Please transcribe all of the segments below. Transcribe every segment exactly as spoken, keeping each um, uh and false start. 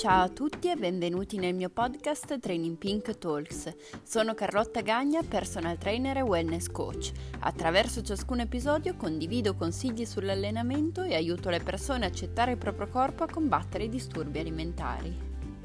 Ciao a tutti e benvenuti nel mio podcast Training Pink Talks. Sono Carlotta Gagna, personal trainer e wellness coach. Attraverso ciascun episodio condivido consigli sull'allenamento e aiuto le persone a accettare il proprio corpo a combattere i disturbi alimentari.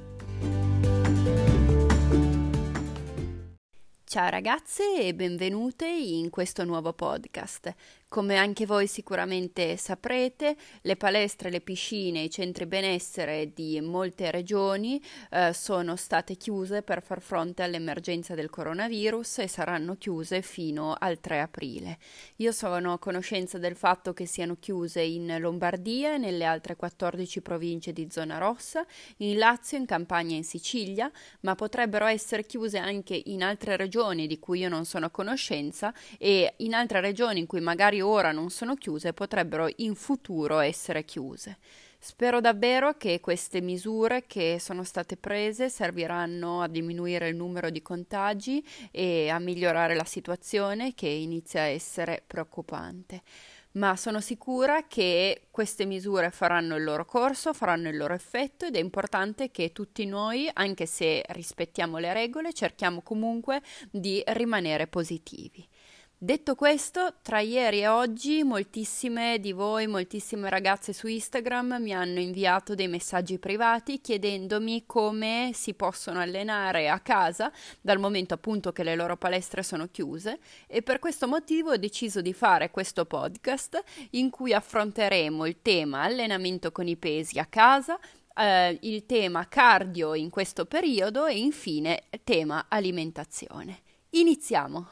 Ciao ragazze e benvenute in questo nuovo podcast. Come anche voi sicuramente saprete, le palestre, le piscine, i centri benessere di molte regioni eh, sono state chiuse per far fronte all'emergenza del coronavirus e saranno chiuse fino al tre aprile. Io sono a conoscenza del fatto che siano chiuse in Lombardia e nelle altre quattordici province di zona rossa, in Lazio, in Campania e in Sicilia, ma potrebbero essere chiuse anche in altre regioni di cui io non sono a conoscenza e in altre regioni in cui magari ora non sono chiuse potrebbero in futuro essere chiuse. Spero davvero che queste misure che sono state prese serviranno a diminuire il numero di contagi e a migliorare la situazione che inizia a essere preoccupante. Ma sono sicura che queste misure faranno il loro corso, faranno il loro effetto ed è importante che tutti noi, anche se rispettiamo le regole, cerchiamo comunque di rimanere positivi. Detto questo, tra ieri e oggi moltissime di voi, moltissime ragazze su Instagram mi hanno inviato dei messaggi privati chiedendomi come si possono allenare a casa dal momento appunto che le loro palestre sono chiuse e per questo motivo ho deciso di fare questo podcast in cui affronteremo il tema allenamento con i pesi a casa, eh, il tema cardio in questo periodo e infine tema alimentazione. Iniziamo!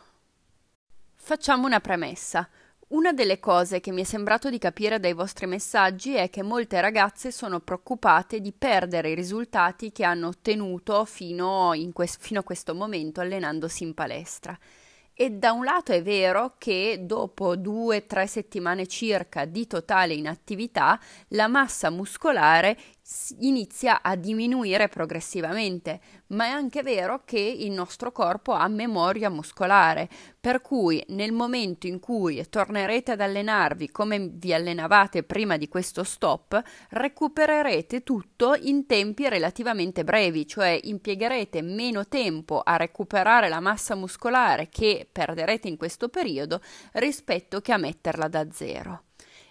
Facciamo una premessa. Una delle cose che mi è sembrato di capire dai vostri messaggi è che molte ragazze sono preoccupate di perdere i risultati che hanno ottenuto fino, in que- fino a questo momento allenandosi in palestra. E da un lato è vero che dopo due o tre settimane circa di totale inattività la massa muscolare inizia a diminuire progressivamente, ma è anche vero che il nostro corpo ha memoria muscolare, per cui nel momento in cui tornerete ad allenarvi come vi allenavate prima di questo stop, recupererete tutto in tempi relativamente brevi, cioè impiegherete meno tempo a recuperare la massa muscolare che perderete in questo periodo rispetto che a metterla da zero.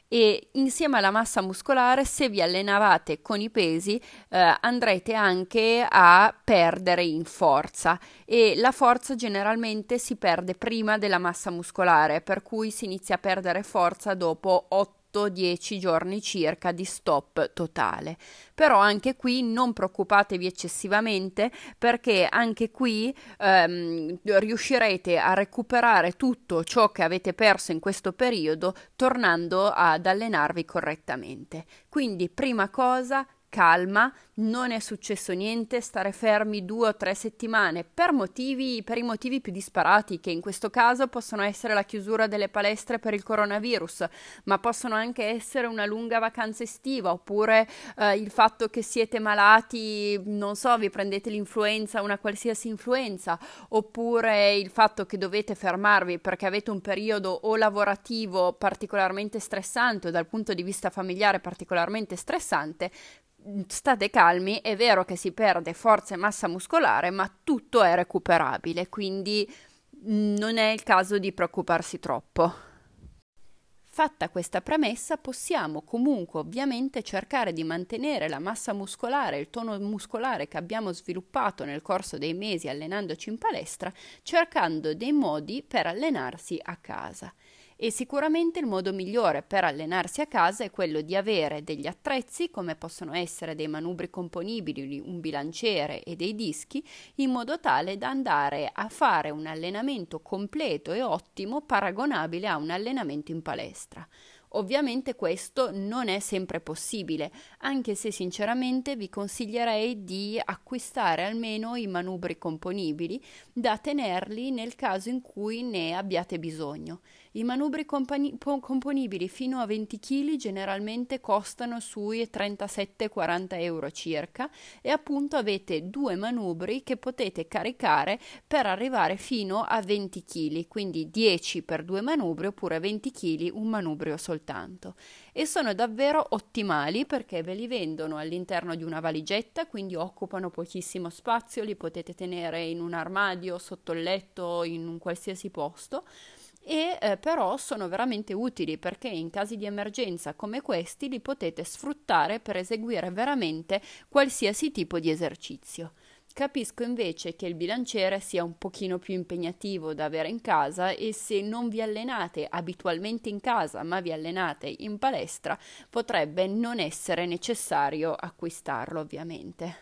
E insieme alla massa muscolare, se vi allenavate con i pesi, eh, andrete anche a perdere in forza e la forza generalmente si perde prima della massa muscolare, per cui si inizia a perdere forza dopo otto dieci giorni circa di stop totale. Però anche qui non preoccupatevi eccessivamente perché anche qui ehm, riuscirete a recuperare tutto ciò che avete perso in questo periodo tornando ad allenarvi correttamente. Quindi prima cosa, calma, non è successo niente, stare fermi due o tre settimane per motivi, per i motivi più disparati, che in questo caso possono essere la chiusura delle palestre per il coronavirus, ma possono anche essere una lunga vacanza estiva, oppure eh, il fatto che siete malati, non so, vi prendete l'influenza, una qualsiasi influenza, oppure il fatto che dovete fermarvi perché avete un periodo o lavorativo particolarmente stressante o dal punto di vista familiare particolarmente stressante. State calmi, è vero che si perde forza e massa muscolare, ma tutto è recuperabile, quindi non è il caso di preoccuparsi troppo. Fatta questa premessa, possiamo comunque ovviamente cercare di mantenere la massa muscolare, il tono muscolare che abbiamo sviluppato nel corso dei mesi allenandoci in palestra, cercando dei modi per allenarsi a casa. E sicuramente il modo migliore per allenarsi a casa è quello di avere degli attrezzi come possono essere dei manubri componibili, un bilanciere e dei dischi, in modo tale da andare a fare un allenamento completo e ottimo paragonabile a un allenamento in palestra. Ovviamente questo non è sempre possibile, anche se sinceramente vi consiglierei di acquistare almeno i manubri componibili da tenerli nel caso in cui ne abbiate bisogno. I manubri compani- po- componibili fino a venti chili generalmente costano sui trentasette quaranta euro circa e appunto avete due manubri che potete caricare per arrivare fino a venti chili, quindi dieci per due manubri oppure venti chili un manubrio soltanto. E sono davvero ottimali perché ve li vendono all'interno di una valigetta, quindi occupano pochissimo spazio, li potete tenere in un armadio, sotto il letto, in un qualsiasi posto. E eh, però sono veramente utili perché in casi di emergenza come questi li potete sfruttare per eseguire veramente qualsiasi tipo di esercizio. Capisco invece che il bilanciere sia un pochino più impegnativo da avere in casa e se non vi allenate abitualmente in casa ma vi allenate in palestra potrebbe non essere necessario acquistarlo ovviamente.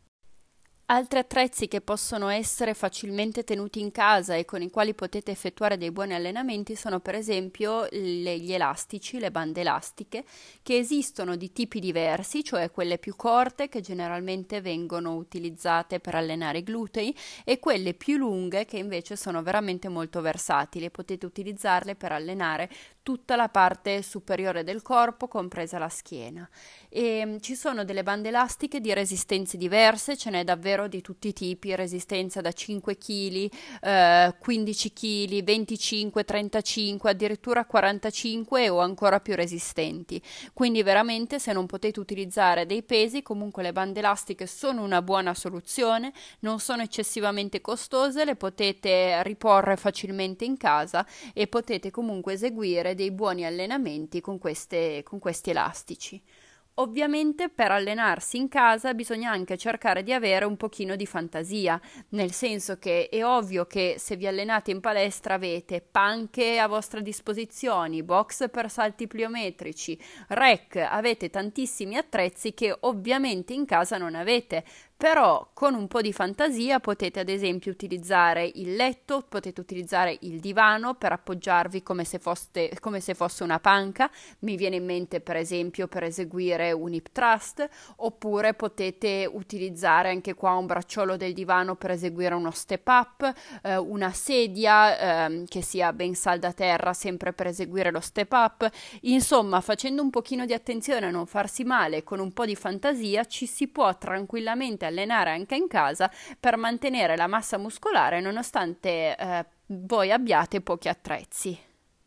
Altri attrezzi che possono essere facilmente tenuti in casa e con i quali potete effettuare dei buoni allenamenti sono per esempio le, gli elastici, le bande elastiche, che esistono di tipi diversi, cioè quelle più corte che generalmente vengono utilizzate per allenare i glutei e quelle più lunghe che invece sono veramente molto versatili, potete utilizzarle per allenare tutta la parte superiore del corpo, compresa la schiena. E ci sono delle bande elastiche di resistenze diverse, ce n'è davvero di tutti i tipi, resistenza da cinque chili, eh, quindici chili, venticinque, trentacinque, addirittura quarantacinque o ancora più resistenti. Quindi veramente se non potete utilizzare dei pesi, comunque le bande elastiche sono una buona soluzione, non sono eccessivamente costose, le potete riporre facilmente in casa e potete comunque eseguire dei buoni allenamenti con queste, con questi elastici. Ovviamente per allenarsi in casa bisogna anche cercare di avere un pochino di fantasia, nel senso che è ovvio che se vi allenate in palestra avete panche a vostra disposizione, box per salti pliometrici, rack, avete tantissimi attrezzi che ovviamente in casa non avete. Però con un po' di fantasia potete ad esempio utilizzare il letto, potete utilizzare il divano per appoggiarvi come se, foste, come se fosse una panca, mi viene in mente per esempio per eseguire un hip thrust, oppure potete utilizzare anche qua un bracciolo del divano per eseguire uno step up, eh, una sedia eh, che sia ben salda a terra sempre per eseguire lo step up, insomma facendo un pochino di attenzione a non farsi male con un po' di fantasia ci si può tranquillamente allenare anche in casa per mantenere la massa muscolare nonostante eh, voi abbiate pochi attrezzi.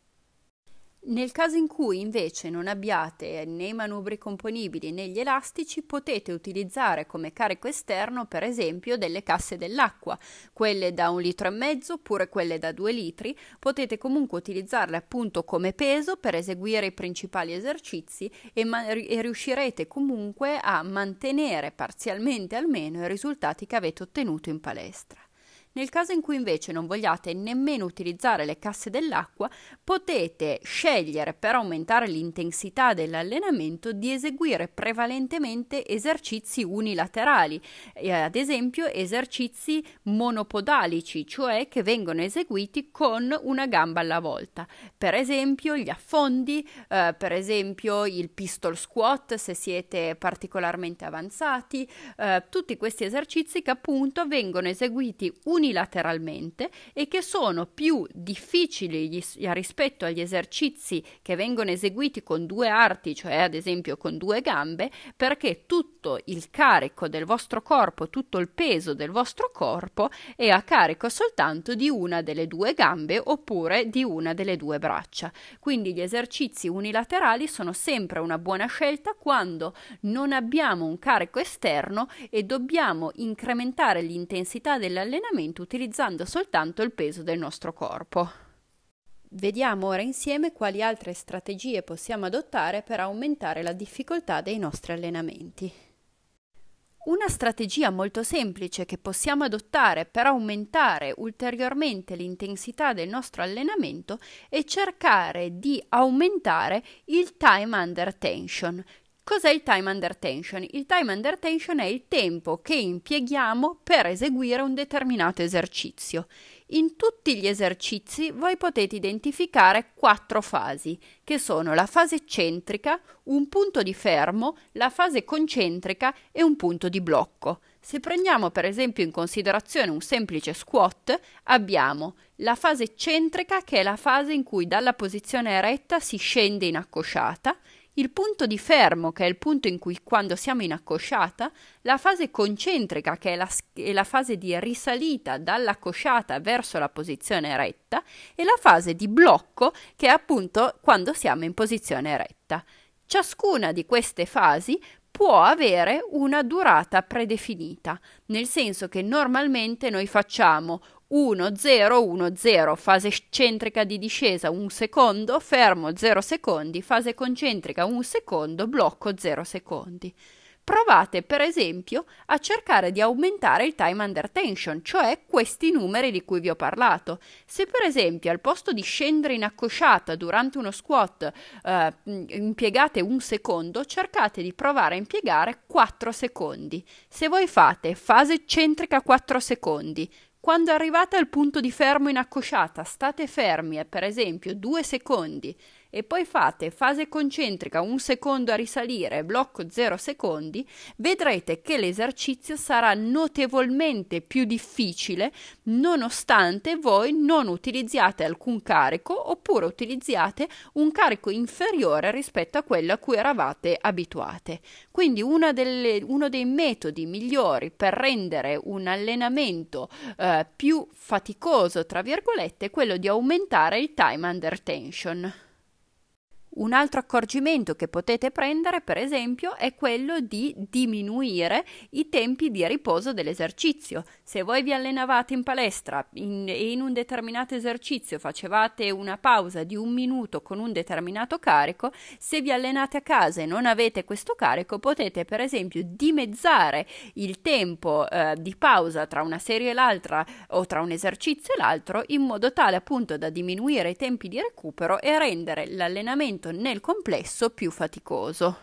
Nel caso in cui invece non abbiate né i manubri componibili né gli elastici, potete utilizzare come carico esterno per esempio delle casse dell'acqua, quelle da un litro e mezzo oppure quelle da due litri, potete comunque utilizzarle appunto come peso per eseguire i principali esercizi e, ma- e riuscirete comunque a mantenere parzialmente almeno i risultati che avete ottenuto in palestra. Nel caso in cui invece non vogliate nemmeno utilizzare le casse dell'acqua, potete scegliere per aumentare l'intensità dell'allenamento di eseguire prevalentemente esercizi unilaterali, eh, ad esempio esercizi monopodalici, cioè che vengono eseguiti con una gamba alla volta. Per esempio gli affondi, eh, per esempio il pistol squat se siete particolarmente avanzati, eh, tutti questi esercizi che appunto vengono eseguiti unilateralmente unilateralmente e che sono più difficili rispetto agli esercizi che vengono eseguiti con due arti, cioè ad esempio con due gambe, perché tutto il carico del vostro corpo, tutto il peso del vostro corpo è a carico soltanto di una delle due gambe oppure di una delle due braccia. Quindi gli esercizi unilaterali sono sempre una buona scelta quando non abbiamo un carico esterno e dobbiamo incrementare l'intensità dell'allenamento utilizzando soltanto il peso del nostro corpo. Vediamo ora insieme quali altre strategie possiamo adottare per aumentare la difficoltà dei nostri allenamenti. Una strategia molto semplice che possiamo adottare per aumentare ulteriormente l'intensità del nostro allenamento è cercare di aumentare il time under tension. Cos'è il time under tension? Il time under tension è il tempo che impieghiamo per eseguire un determinato esercizio. In tutti gli esercizi voi potete identificare quattro fasi, che sono la fase eccentrica, un punto di fermo, la fase concentrica e un punto di blocco. Se prendiamo per esempio in considerazione un semplice squat, abbiamo la fase eccentrica, che è la fase in cui dalla posizione eretta si scende in accosciata, il punto di fermo, che è il punto in cui quando siamo in accosciata, la fase concentrica, che è la, è la fase di risalita dall'accosciata verso la posizione eretta, e la fase di blocco, che è appunto quando siamo in posizione eretta. Ciascuna di queste fasi può avere una durata predefinita, nel senso che normalmente noi facciamo uno zero uno zero, fase eccentrica di discesa un secondo, fermo zero secondi, fase concentrica un secondo, blocco zero secondi. Provate per esempio a cercare di aumentare il time under tension, cioè questi numeri di cui vi ho parlato. Se per esempio al posto di scendere in accosciata durante uno squat eh, impiegate un secondo, cercate di provare a impiegare quattro secondi. Se voi fate fase eccentrica quattro secondi, quando arrivate al punto di fermo in accosciata state fermi per esempio due secondi e poi fate fase concentrica un secondo a risalire, blocco zero secondi, vedrete che l'esercizio sarà notevolmente più difficile nonostante voi non utilizziate alcun carico oppure utilizziate un carico inferiore rispetto a quello a cui eravate abituate. Quindi una delle, uno dei metodi migliori per rendere un allenamento eh, più faticoso, tra virgolette, è quello di aumentare il time under tension. Un altro accorgimento che potete prendere, per esempio, è quello di diminuire i tempi di riposo dell'esercizio. Se voi vi allenavate in palestra in, e in un determinato esercizio facevate una pausa di un minuto con un determinato carico, se vi allenate a casa e non avete questo carico, potete per esempio dimezzare il tempo eh, di pausa tra una serie e l'altra o tra un esercizio e l'altro, in modo tale appunto da diminuire i tempi di recupero e rendere l'allenamento nel complesso più faticoso.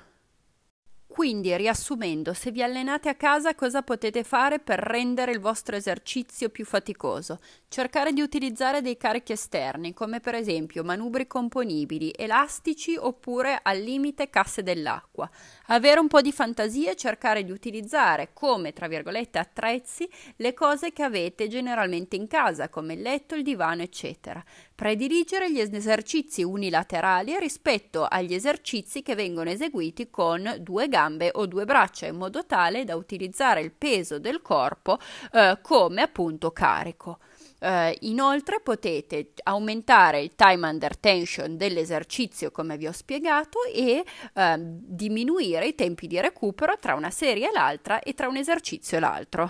Quindi, riassumendo, se vi allenate a casa, cosa potete fare per rendere il vostro esercizio più faticoso? Cercare di utilizzare dei carichi esterni, come per esempio manubri componibili, elastici oppure al limite casse dell'acqua. Avere un po' di fantasia e cercare di utilizzare come, tra virgolette, attrezzi le cose che avete generalmente in casa, come il letto, il divano, eccetera. Prediligere gli esercizi unilaterali rispetto agli esercizi che vengono eseguiti con due gambe o due braccia, in modo tale da utilizzare il peso del corpo eh, come appunto carico. Uh, inoltre potete aumentare il time under tension dell'esercizio come vi ho spiegato e uh, diminuire i tempi di recupero tra una serie e l'altra e tra un esercizio e l'altro.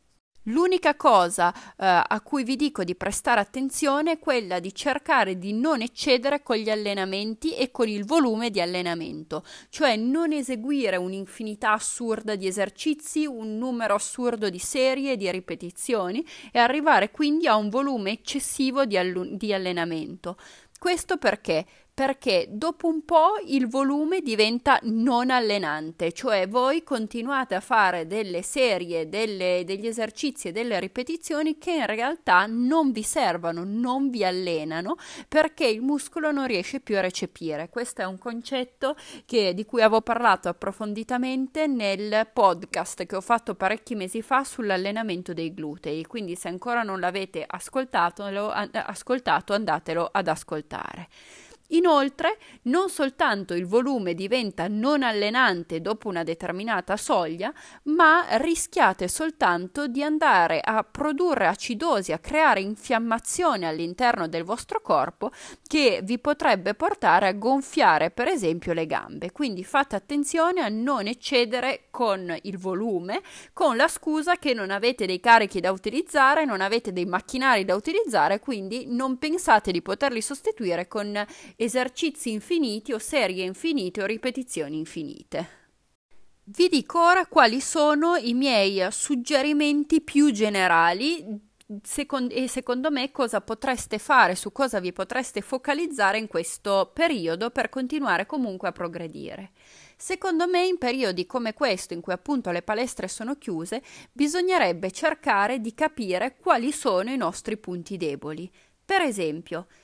L'unica cosa uh, a cui vi dico di prestare attenzione è quella di cercare di non eccedere con gli allenamenti e con il volume di allenamento, cioè non eseguire un'infinità assurda di esercizi, un numero assurdo di serie e di ripetizioni e arrivare quindi a un volume eccessivo di, allu- di allenamento. Questo perché? Perché dopo un po' il volume diventa non allenante, cioè voi continuate a fare delle serie, delle, degli esercizi e delle ripetizioni che in realtà non vi servono, non vi allenano, perché il muscolo non riesce più a recepire. Questo è un concetto che, di cui avevo parlato approfonditamente nel podcast che ho fatto parecchi mesi fa sull'allenamento dei glutei, quindi se ancora non l'avete ascoltato, ascoltato andatelo ad ascoltare. Inoltre, non soltanto il volume diventa non allenante dopo una determinata soglia, ma rischiate soltanto di andare a produrre acidosi, a creare infiammazione all'interno del vostro corpo che vi potrebbe portare a gonfiare per esempio le gambe. Quindi fate attenzione a non eccedere con il volume, con la scusa che non avete dei carichi da utilizzare, non avete dei macchinari da utilizzare, quindi non pensate di poterli sostituire con esercizi infiniti o serie infinite o ripetizioni infinite. Vi dico ora quali sono i miei suggerimenti più generali secondo, e secondo me cosa potreste fare, su cosa vi potreste focalizzare in questo periodo per continuare comunque a progredire. Secondo me in periodi come questo, in cui appunto le palestre sono chiuse, bisognerebbe cercare di capire quali sono i nostri punti deboli. Per esempio,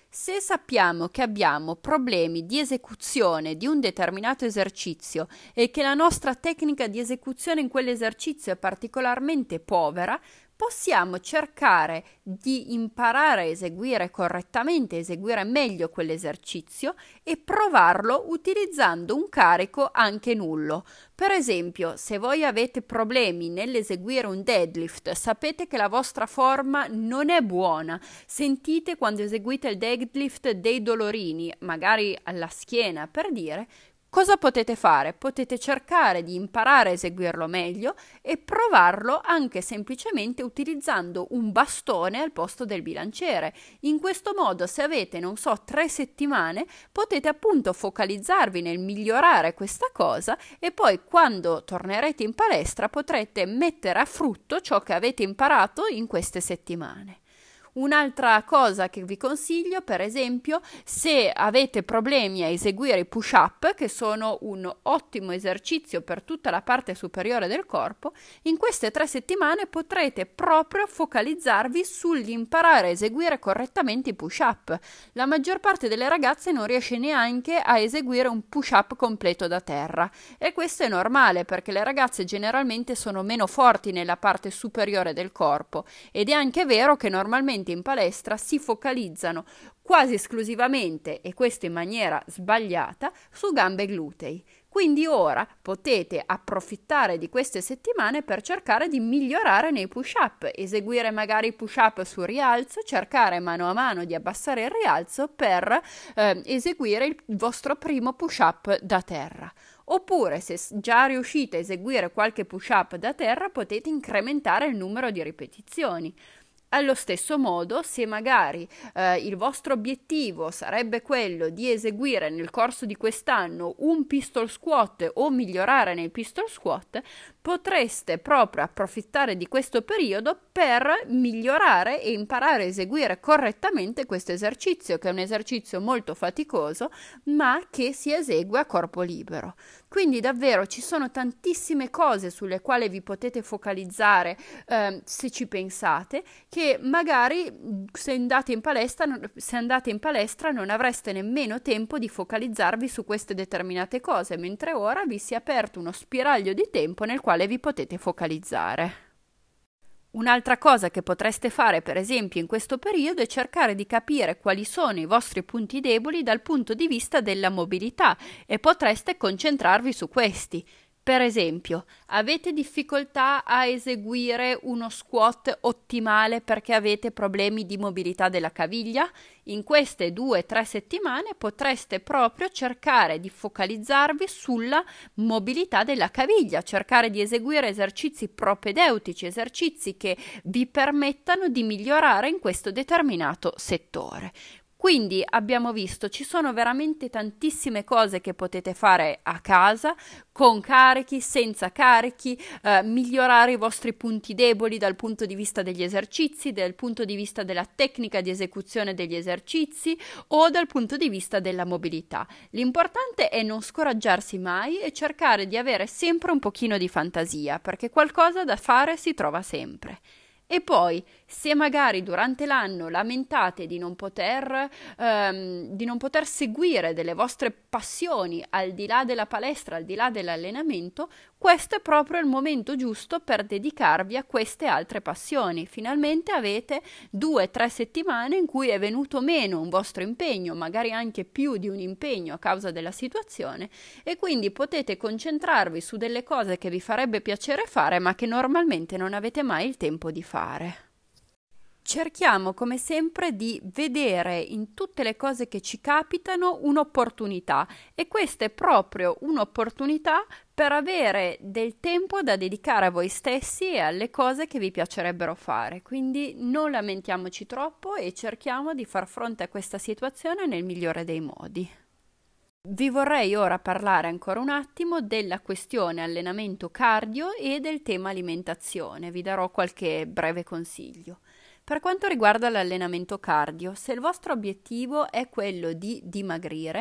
Se sappiamo che abbiamo problemi di esecuzione di un determinato esercizio e che la nostra tecnica di esecuzione in quell'esercizio è particolarmente povera, possiamo cercare di imparare a eseguire correttamente, eseguire meglio quell'esercizio e provarlo utilizzando un carico anche nullo. Per esempio, se voi avete problemi nell'eseguire un deadlift, sapete che la vostra forma non è buona, sentite quando eseguite il deadlift dei dolorini, magari alla schiena per dire, cosa potete fare? Potete cercare di imparare a eseguirlo meglio e provarlo anche semplicemente utilizzando un bastone al posto del bilanciere. In questo modo, se avete, non so, tre settimane, potete appunto focalizzarvi nel migliorare questa cosa e poi quando tornerete in palestra potrete mettere a frutto ciò che avete imparato in queste settimane. Un'altra cosa che vi consiglio, per esempio, se avete problemi a eseguire i push-up, che sono un ottimo esercizio per tutta la parte superiore del corpo, in queste tre settimane potrete proprio focalizzarvi sull'imparare a eseguire correttamente i push-up. La maggior parte delle ragazze non riesce neanche a eseguire un push-up completo da terra e questo è normale perché le ragazze generalmente sono meno forti nella parte superiore del corpo ed è anche vero che normalmente in palestra si focalizzano quasi esclusivamente, e questo in maniera sbagliata, su gambe e glutei. Quindi ora potete approfittare di queste settimane per cercare di migliorare nei push-up, eseguire magari push-up su rialzo, cercare mano a mano di abbassare il rialzo per eh, eseguire il vostro primo push-up da terra. Oppure, se già riuscite a eseguire qualche push-up da terra, potete incrementare il numero di ripetizioni. Allo stesso modo, se magari eh, il vostro obiettivo sarebbe quello di eseguire nel corso di quest'anno un pistol squat o migliorare nel pistol squat, potreste proprio approfittare di questo periodo per migliorare e imparare a eseguire correttamente questo esercizio, che è un esercizio molto faticoso, ma che si esegue a corpo libero. Quindi davvero ci sono tantissime cose sulle quali vi potete focalizzare eh, se ci pensate, che magari se andate in palestra, se andate in palestra non avreste nemmeno tempo di focalizzarvi su queste determinate cose, mentre ora vi si è aperto uno spiraglio di tempo nel quale vi potete focalizzare. Un'altra cosa che potreste fare, per esempio, in questo periodo è cercare di capire quali sono i vostri punti deboli dal punto di vista della mobilità e potreste concentrarvi su questi. Per esempio, avete difficoltà a eseguire uno squat ottimale perché avete problemi di mobilità della caviglia? In queste due o tre settimane potreste proprio cercare di focalizzarvi sulla mobilità della caviglia, cercare di eseguire esercizi propedeutici, esercizi che vi permettano di migliorare in questo determinato settore. Quindi abbiamo visto, ci sono veramente tantissime cose che potete fare a casa, con carichi, senza carichi, eh, migliorare i vostri punti deboli dal punto di vista degli esercizi, dal punto di vista della tecnica di esecuzione degli esercizi o dal punto di vista della mobilità. L'importante è non scoraggiarsi mai e cercare di avere sempre un pochino di fantasia, perché qualcosa da fare si trova sempre. E poi, se magari durante l'anno lamentate di non poter, ehm, di non poter seguire delle vostre passioni al di là della palestra, al di là dell'allenamento, questo è proprio il momento giusto per dedicarvi a queste altre passioni. Finalmente avete due o tre settimane in cui è venuto meno un vostro impegno, magari anche più di un impegno a causa della situazione, e quindi potete concentrarvi su delle cose che vi farebbe piacere fare, ma che normalmente non avete mai il tempo di fare. Cerchiamo come sempre di vedere in tutte le cose che ci capitano un'opportunità, e questa è proprio un'opportunità per avere del tempo da dedicare a voi stessi e alle cose che vi piacerebbero fare. Quindi non lamentiamoci troppo e cerchiamo di far fronte a questa situazione nel migliore dei modi. Vi vorrei ora parlare ancora un attimo della questione allenamento cardio e del tema alimentazione. Vi darò qualche breve consiglio. Per quanto riguarda l'allenamento cardio, se il vostro obiettivo è quello di dimagrire,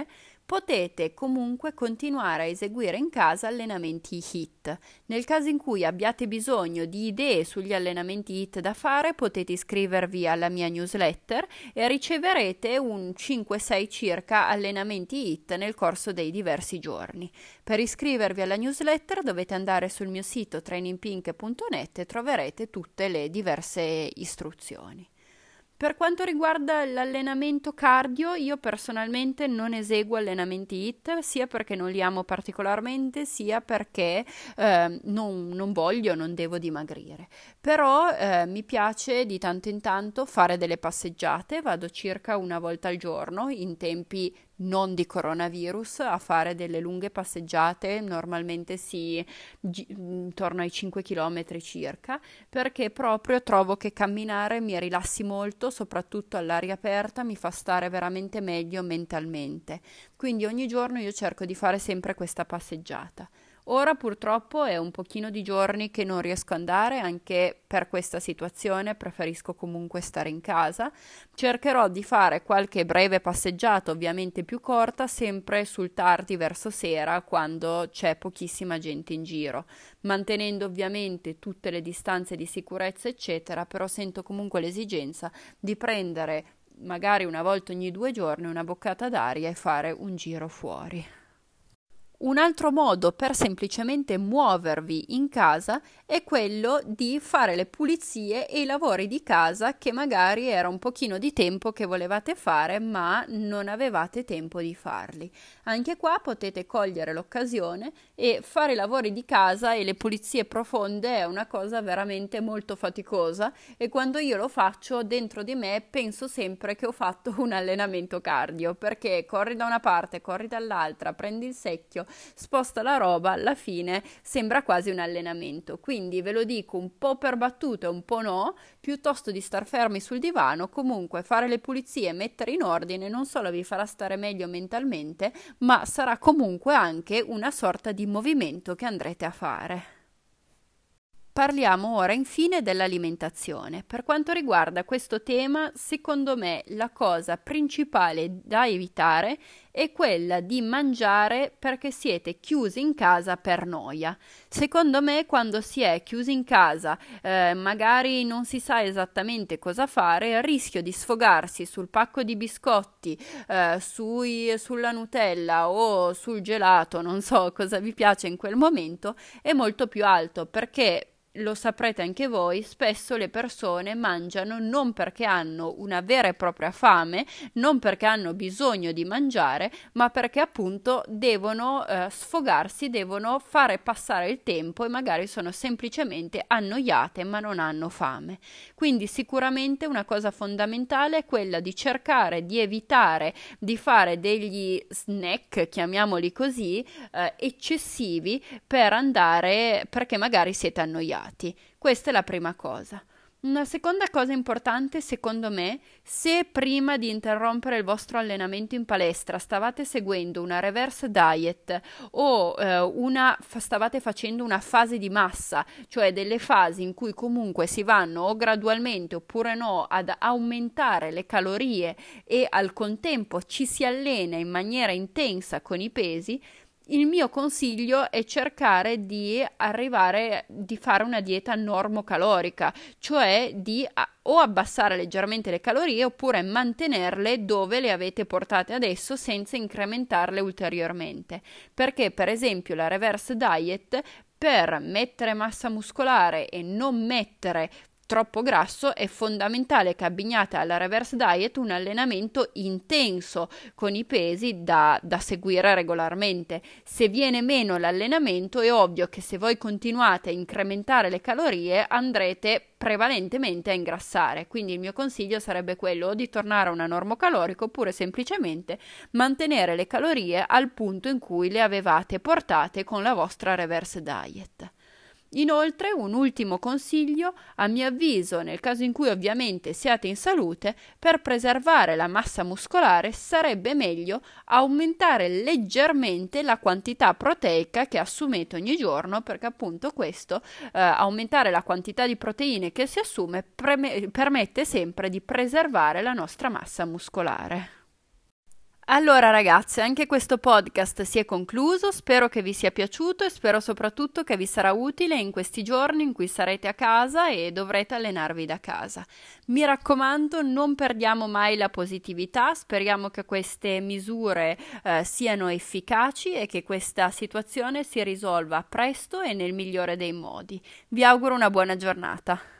potete comunque continuare a eseguire in casa allenamenti HIIT. Nel caso in cui abbiate bisogno di idee sugli allenamenti HIIT da fare, potete iscrivervi alla mia newsletter e riceverete un cinque sei circa allenamenti HIIT nel corso dei diversi giorni. Per iscrivervi alla newsletter dovete andare sul mio sito training pink punto net e troverete tutte le diverse istruzioni. Per quanto riguarda l'allenamento cardio, io personalmente non eseguo allenamenti HIIT, sia perché non li amo particolarmente, sia perché eh, non, non voglio, non devo dimagrire. Però eh, mi piace di tanto in tanto fare delle passeggiate, vado circa una volta al giorno, in tempi non di coronavirus, a fare delle lunghe passeggiate, normalmente sì, gi- intorno ai cinque chilometri circa, perché proprio trovo che camminare mi rilassi molto, soprattutto all'aria aperta, mi fa stare veramente meglio mentalmente. Quindi ogni giorno io cerco di fare sempre questa passeggiata. Ora purtroppo è un pochino di giorni che non riesco ad andare, anche per questa situazione preferisco comunque stare in casa. Cercherò di fare qualche breve passeggiata, ovviamente più corta, sempre sul tardi verso sera, quando c'è pochissima gente in giro, mantenendo ovviamente tutte le distanze di sicurezza eccetera, però sento comunque l'esigenza di prendere magari una volta ogni due giorni una boccata d'aria e fare un giro fuori. Un altro modo per semplicemente muovervi in casa è quello di fare le pulizie e i lavori di casa che magari era un pochino di tempo che volevate fare ma non avevate tempo di farli. Anche qua potete cogliere l'occasione e fare i lavori di casa e le pulizie profonde è una cosa veramente molto faticosa e quando io lo faccio dentro di me penso sempre che ho fatto un allenamento cardio, perché corri da una parte, corri dall'altra, prendi il secchio, sposta la roba, alla fine sembra quasi un allenamento. Quindi ve lo dico un po' per battuta e un po' no, piuttosto di star fermi sul divano, comunque fare le pulizie e mettere in ordine non solo vi farà stare meglio mentalmente, ma sarà comunque anche una sorta di movimento che andrete a fare. Parliamo ora infine dell'alimentazione. Per quanto riguarda questo tema, secondo me la cosa principale da evitare è quella di mangiare perché siete chiusi in casa per noia. Secondo me quando si è chiusi in casa, eh, magari non si sa esattamente cosa fare, il rischio di sfogarsi sul pacco di biscotti, eh, sui, sulla Nutella o sul gelato, non so cosa vi piace in quel momento, è molto più alto, perché lo saprete anche voi, spesso le persone mangiano non perché hanno una vera e propria fame, non perché hanno bisogno di mangiare, ma perché appunto devono eh, sfogarsi, devono fare passare il tempo e magari sono semplicemente annoiate ma non hanno fame. Quindi sicuramente una cosa fondamentale è quella di cercare di evitare di fare degli snack, chiamiamoli così, eh, eccessivi per andare, perché magari siete annoiati. Questa è la prima cosa. Una seconda cosa importante, secondo me, se prima di interrompere il vostro allenamento in palestra stavate seguendo una reverse diet o eh, una, stavate facendo una fase di massa, cioè delle fasi in cui comunque si vanno o gradualmente oppure no ad aumentare le calorie e al contempo ci si allena in maniera intensa con i pesi, il mio consiglio è cercare di arrivare, di fare una dieta normocalorica, cioè di o abbassare leggermente le calorie oppure mantenerle dove le avete portate adesso senza incrementarle ulteriormente. Perché per esempio la reverse diet, per mettere massa muscolare e non mettere troppo grasso, è fondamentale che abbiniate alla reverse diet un allenamento intenso con i pesi da, da seguire regolarmente. Se viene meno l'allenamento è ovvio che se voi continuate a incrementare le calorie andrete prevalentemente a ingrassare, quindi il mio consiglio sarebbe quello di tornare a una normocalorica oppure semplicemente mantenere le calorie al punto in cui le avevate portate con la vostra reverse diet. Inoltre, un ultimo consiglio, a mio avviso, nel caso in cui ovviamente siate in salute, per preservare la massa muscolare sarebbe meglio aumentare leggermente la quantità proteica che assumete ogni giorno, perché appunto questo, eh, aumentare la quantità di proteine che si assume, preme- permette sempre di preservare la nostra massa muscolare. Allora ragazze, anche questo podcast si è concluso, spero che vi sia piaciuto e spero soprattutto che vi sarà utile in questi giorni in cui sarete a casa e dovrete allenarvi da casa. Mi raccomando, non perdiamo mai la positività, speriamo che queste misure eh, siano efficaci e che questa situazione si risolva presto e nel migliore dei modi. Vi auguro una buona giornata.